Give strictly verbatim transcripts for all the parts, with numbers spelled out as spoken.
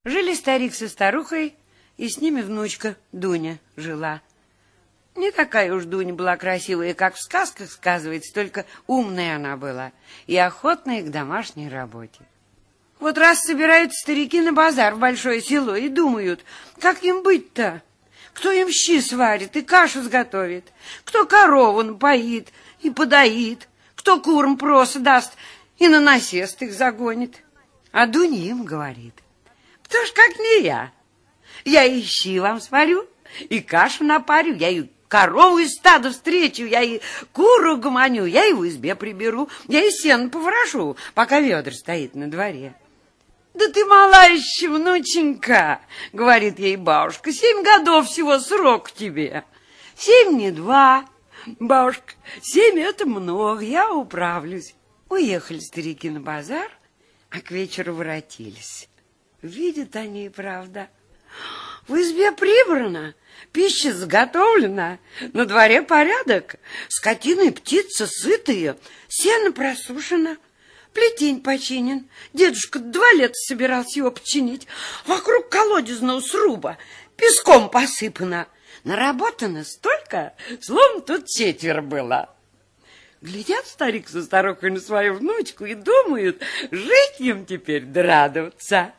Жили старик со старухой, и с ними внучка Дуня жила. Не такая уж Дуня была красивая, как в сказках сказывается, только умная она была и охотная к домашней работе. Вот раз собираются старики на базар в большое село и думают, как им быть-то? Кто им щи сварит и кашу сготовит, кто корову напоит и подоит, кто курам проса даст и на насест их загонит. А Дуня им говорит: кто ж как не я? Я и щи вам сварю, и кашу напарю, я и корову из стада встречу, я и куру гомоню, я и в избе приберу, я и сено поворошу, пока ведра стоит на дворе. Да ты мала еще, внученька, говорит ей бабушка, семь годов всего срок тебе. Семь не два, бабушка, семь это много, я управлюсь. Уехали старики на базар, а к вечеру воротились. Видят они и правда. В избе прибрано, пища заготовлена, на дворе порядок, скотина и птица сытые, сено просушено, плетень починен. Дедушка два лета собирался его починить. Вокруг колодезного сруба песком посыпано. Наработано столько, словно тут четверо было. Глядят старик со старухой на свою внучку и думают, жить им теперь да радоваться.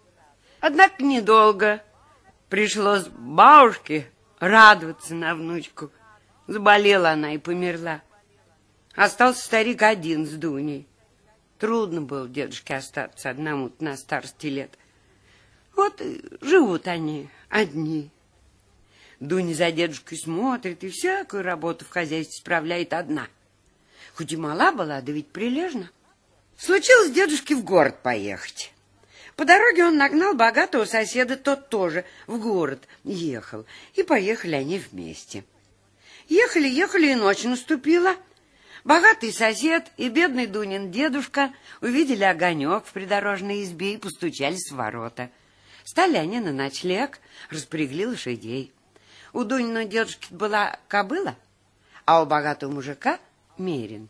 Однако недолго. Пришлось бабушке радоваться на внучку. Заболела она и померла. Остался старик один с Дуней. Трудно было дедушке остаться одному на старости лет. Вот и живут они одни. Дуня за дедушкой смотрит и всякую работу в хозяйстве справляет одна. Хоть и мала была, да ведь прилежна. Случилось дедушке в город поехать. По дороге он нагнал богатого соседа, тот тоже в город ехал. И поехали они вместе. Ехали, ехали, и ночь наступила. Богатый сосед и бедный Дунин дедушка увидели огонек в придорожной избе и постучались в ворота. Стали они на ночлег, распрягли лошадей. У Дуниного дедушки была кобыла, а у богатого мужика мерин.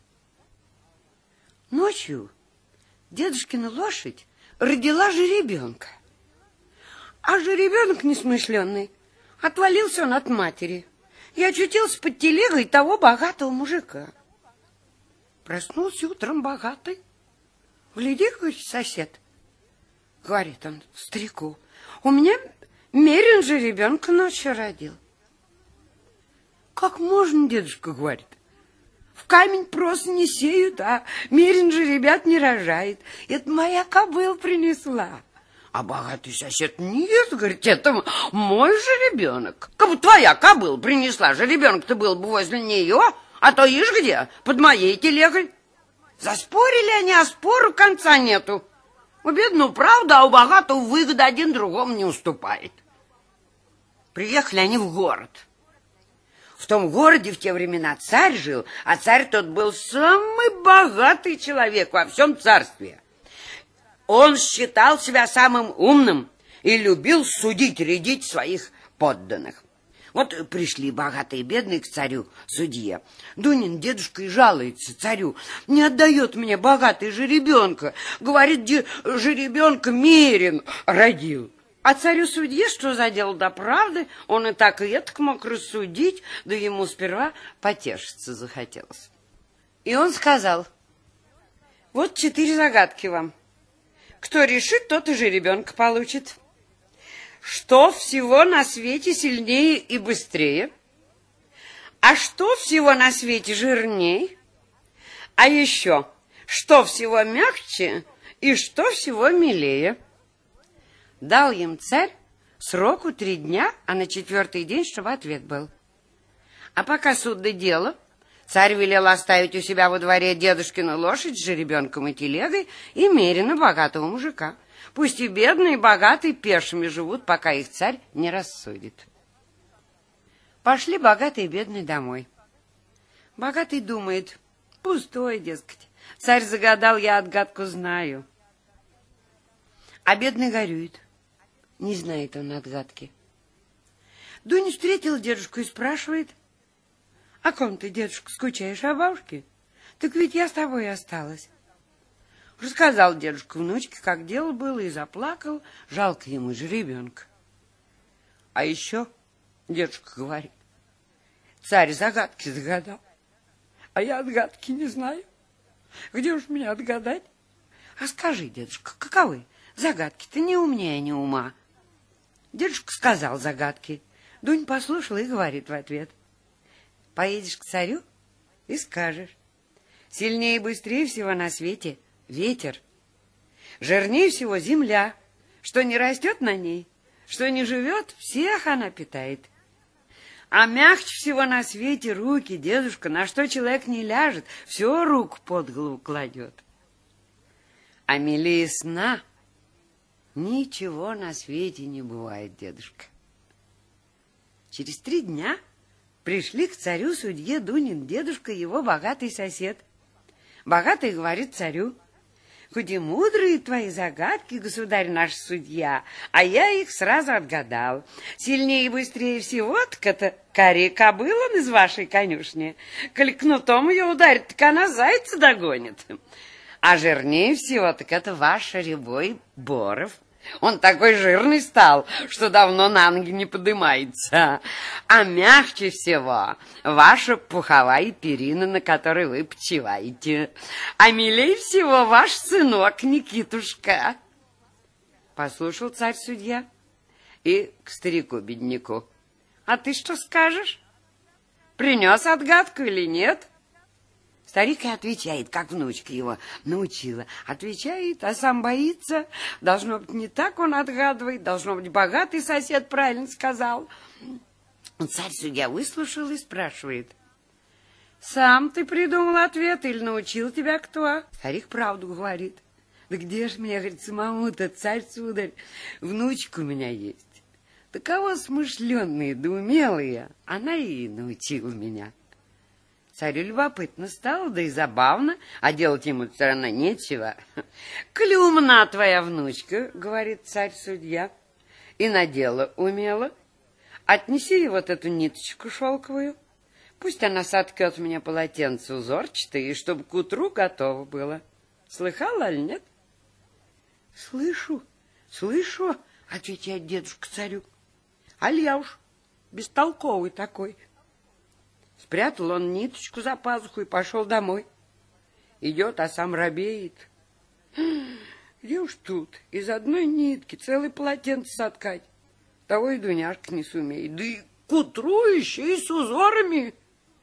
Ночью дедушкина лошадь родила жеребенка. А жеребенок несмышленный, отвалился он от матери и очутился под телегой того богатого мужика. Проснулся утром богатый. Гляди, говорит, сосед, говорит он старику, у меня мерин жеребенка ночью родил. Как можно, дедушка, говорит, в камень просто не сеют, а мерин же ребят не рожает. Это моя кобыла принесла. А богатый сосед: нет, говорит, это мой жеребенок. Как бы твоя кобыла принесла, жеребенок-то был бы возле нее, а то ишь где, под моей телегой. Заспорили они, а спору конца нету. У бедного правда, а у богатого выгода один другому не уступает. Приехали они в город. В том городе в те времена царь жил, а царь тот был самый богатый человек во всем царстве. Он считал себя самым умным и любил судить, рядить своих подданных. Вот пришли богатые и бедные к царю, судье. Дунин дедушка и жалуется царю: не отдает мне богатый жеребенка. Говорит, где жеребенка мерин родил. А царю-судье что за дело до правды? Он и так и этак мог рассудить, да ему сперва потешиться захотелось. И он сказал: вот четыре загадки вам. Кто решит, тот и жеребенка получит. Что всего на свете сильнее и быстрее? А что всего на свете жирнее? А еще, что всего мягче и что всего милее? Дал им царь сроку три дня, а на четвертый день, чтобы ответ был. А пока суд до дела, царь велел оставить у себя во дворе дедушкину лошадь с жеребенком и телегой и мерина богатого мужика. Пусть и бедные, и богатые пешими живут, пока их царь не рассудит. Пошли богатые и бедные домой. Богатый думает: пустое, дескать, царь загадал, я отгадку знаю. А бедный горюет. Не знает он отгадки. Дуня встретила дедушку и спрашивает: о ком ты, дедушка, скучаешь, о бабушке? Так ведь я с тобой осталась. Рассказал дедушка внучке, как дело было, и заплакал. Жалко ему же ребенка. А еще дедушка говорит: царь загадки загадал, а я отгадки не знаю. Где уж меня отгадать? А скажи, дедушка, каковы загадки? Ты не умнее, не ума. Дедушка сказал загадки. Дунь послушала и говорит в ответ: поедешь к царю и скажешь: сильнее и быстрее всего на свете ветер, жирнее всего земля, что не растет на ней, что не живет, всех она питает. А мягче всего на свете руки, дедушка, на что человек не ляжет, все руку под голову кладет. А милее сна ничего на свете не бывает, дедушка. Через три дня пришли к царю-судье Дунин дедушка и его богатый сосед. Богатый говорит царю: хоть и мудрые твои загадки, государь наш судья, а я их сразу отгадал. Сильнее и быстрее всего так это кария кобыла из вашей конюшни. Коль кнутом ее ударит, так она зайца догонит. А жирнее всего так это ваш рябой Боров. Он такой жирный стал, что давно на ноги не подымается. А мягче всего ваша пуховая перина, на которой вы почиваете. А милей всего ваш сынок Никитушка. Послушал царь-судья и к старику-бедняку: а ты что скажешь? Принес отгадку или нет? Старик и отвечает, как внучка его научила. Отвечает, а сам боится. Должно быть, не так он отгадывает. Должно быть, богатый сосед правильно сказал. Царь-судья выслушал и спрашивает: сам ты придумал ответ или научил тебя кто? Старик правду говорит. Да где ж мне, говорит, самому-то, царь-сударь, внучка у меня есть. Таково смышленные да умелые, она и научила меня. Царю любопытно стало, да и забавно, а делать ему все равно нечего. «Коли умна твоя внучка, — говорит царь-судья, — и надела умела, отнеси ей вот эту ниточку шелковую, пусть она соткет мне полотенце узорчатое, и чтобы к утру готово было. Слыхала или нет?» «Слышу, слышу, — отвечает дедушка царю, — аль я уж бестолковый такой». Спрятал он ниточку за пазуху и пошел домой. Идет, а сам робеет. Где уж тут из одной нитки целое полотенце соткать? Того и Дуняшка не сумеет. Да и к утру еще и с узорами.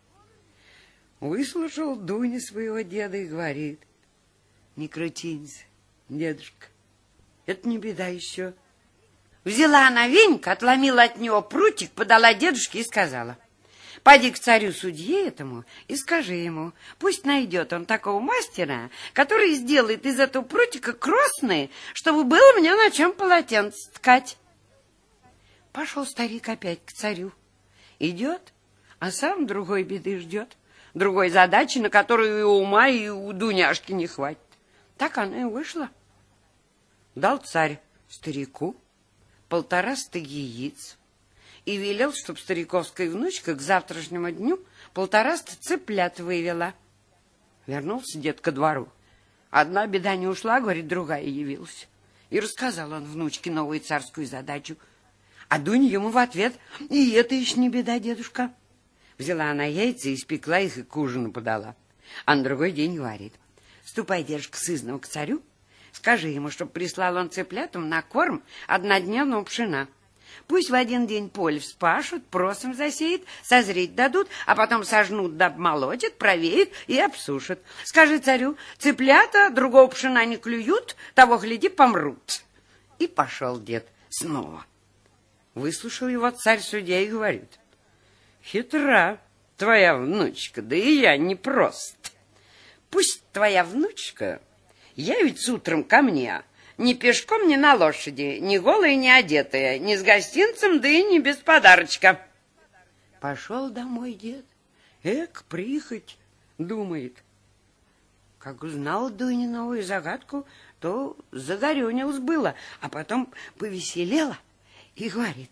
Выслушал Дуня своего деда и говорит: не крутинься, дедушка, это не беда еще. Взяла она веник, отломила от него прутик, подала дедушке и сказала: пойди к царю-судье этому и скажи ему, пусть найдет он такого мастера, который сделает из этого прутика кросные, чтобы было мне на чем полотенце ткать. Пошел старик опять к царю. Идет, а сам другой беды ждет, другой задачи, на которую и у ума, и у Дуняшки не хватит. Так она и вышла. Дал царь старику полтора стыги яиц и велел, чтоб стариковская внучка к завтрашнему дню полтораста цыплят вывела. Вернулся дед ко двору. Одна беда не ушла, говорит, другая явилась. И рассказал он внучке новую царскую задачу. А Дуня ему в ответ: и это еще не беда, дедушка. Взяла она яйца, испекла их и к ужину подала. А на другой день говорит: ступай, дедушка, сызнова к царю, скажи ему, чтоб прислал он цыплятам на корм однодневного пшена. Пусть в один день поле вспашут, просом засеют, созреть дадут, а потом сожнут да обмолотят, провеют и обсушат. Скажи царю: цыплята другого пшена не клюют, того, гляди, помрут. И пошел дед снова. Выслушал его царь-судья и говорит: хитра твоя внучка, да и я непрост. Пусть твоя внучка явится утром ко мне, ни пешком, ни на лошади, ни голая, ни одетая, ни с гостинцем, да и не без подарочка. Пошел домой дед. Эк, прихоть, думает. Как узнал Дуня новую загадку, то загорюнилась было, а потом повеселела и говорит: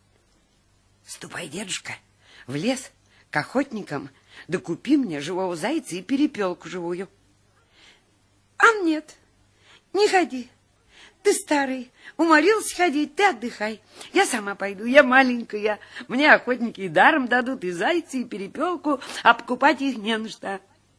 ступай, дедушка, в лес к охотникам, да купи мне живого зайца и перепелку живую. А нет, Не ходи. Ты старый, уморился ходить, ты отдыхай. Я сама пойду, я маленькая. Мне охотники и даром дадут и зайца, и перепелку, а покупать их не на что.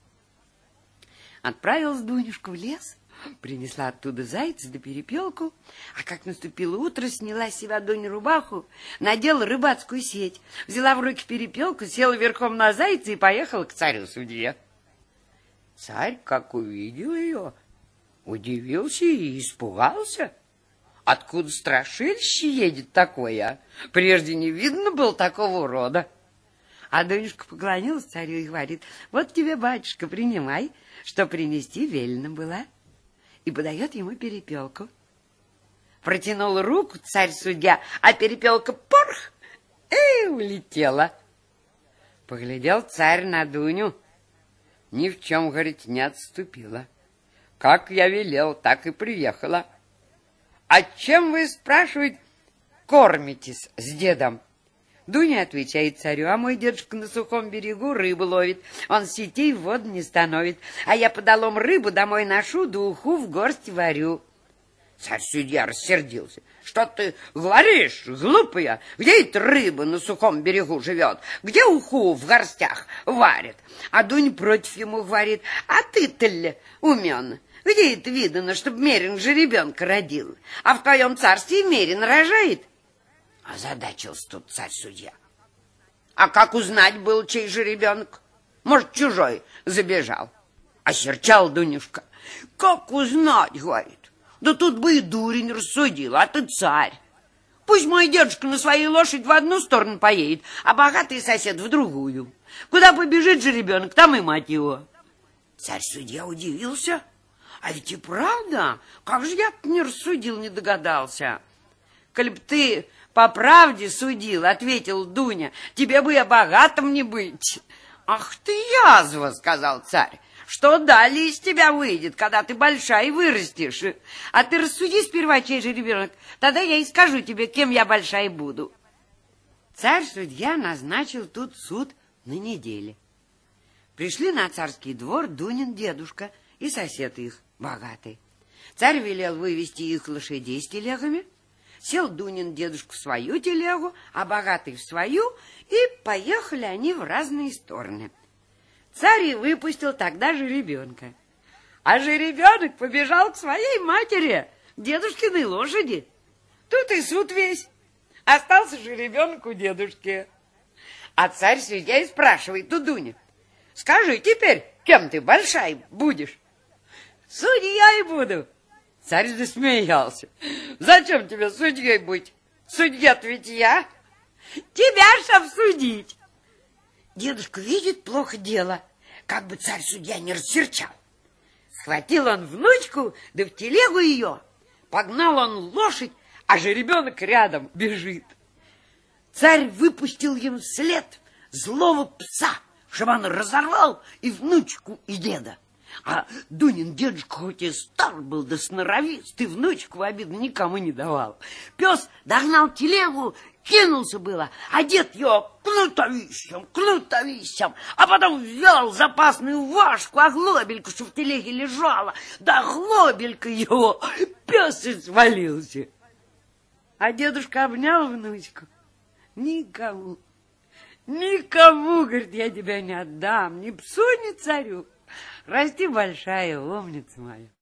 Отправилась Дунюшка в лес, принесла оттуда зайца да перепелку, а как наступило утро, сняла с себя Дуня рубаху, надела рыбацкую сеть, взяла в руки перепелку, села верхом на зайца и поехала к царю-судье. Царь, как увидел ее, удивился и испугался. Откуда страшилище едет такое? Прежде не видно было такого рода. А Дунюшка поклонилась царю и говорит: вот тебе, батюшка, принимай, что принести велено было. И подает ему перепелку. Протянул руку царь-судья, а перепелка порх и улетела. Поглядел царь на Дуню. Ни в чем, говорит, не отступила. Как я велел, так и приехала. А чем вы, спрашивает, кормитесь с дедом? Дуня отвечает царю: а мой дедушка на сухом берегу рыбу ловит, он сетей в воду не становит, а я подолом рыбу домой ношу, да уху в горсть варю. Царь-судья рассердился: что ты говоришь, глупая? Где эта рыба на сухом берегу живет? Где уху в горстях варят? А Дуня против ему говорит: а ты-то ли умен? Где это видано, чтоб мерин жеребенка родил? А в твоем царстве мерин рожает? Озадачился тут царь-судья. А как узнать был, чей жеребенок? Может, чужой забежал? Осерчал Дунюшка. Как узнать, говорит? Да тут бы и дурень рассудил, а ты царь. Пусть мой дедушка на своей лошади в одну сторону поедет, а богатый сосед в другую. Куда побежит жеребенок, там и мать его. Царь-судья удивился. А ведь и правда, как же я не рассудил, не догадался. Коль б ты по правде судил, ответил Дуня, тебе бы и богатым не быть. Ах ты язва, сказал царь. Что далее из тебя выйдет, когда ты большая и вырастешь? А ты рассуди сперва, чей же ребенок, тогда я и скажу тебе, кем я большая буду. Царь-судья назначил тут суд на неделе. Пришли на царский двор Дунин дедушка и сосед их, богатый. Царь велел вывести их лошадей с телегами. Сел Дунин дедушка в свою телегу, а богатый в свою, и поехали они в разные стороны. Царь и выпустил тогда жеребенка. А жеребенок побежал к своей матери, дедушкиной лошади. Тут и суд весь. Остался жеребенок у дедушки. А царь-судья и спрашивает у Дуни: скажи теперь, кем ты большая будешь? Судьей буду. Царь засмеялся. Зачем тебе судьей быть? Судья-то ведь я. Тебя чтоб судить. Дедушка видит плохо дело, как бы царь-судья не рассерчал. Схватил он внучку, да в телегу ее. Погнал он лошадь, а жеребенок рядом бежит. Царь выпустил ему вслед злого пса, чтобы он разорвал и внучку, и деда. А Дунин дедушка хоть и стар был, да сноровист, и внучку в обиду никому не давал. Пес догнал телегу, кинулся было, а дед его кнутовищем, кнутовищем, а потом взял запасную важку, а глобельку, что в телеге лежала, да глобелька его, пес и свалился. А дедушка обнял внучку: никому, никому, говорит, я тебя не отдам, ни псу, ни царю. Расти большая, умница моя.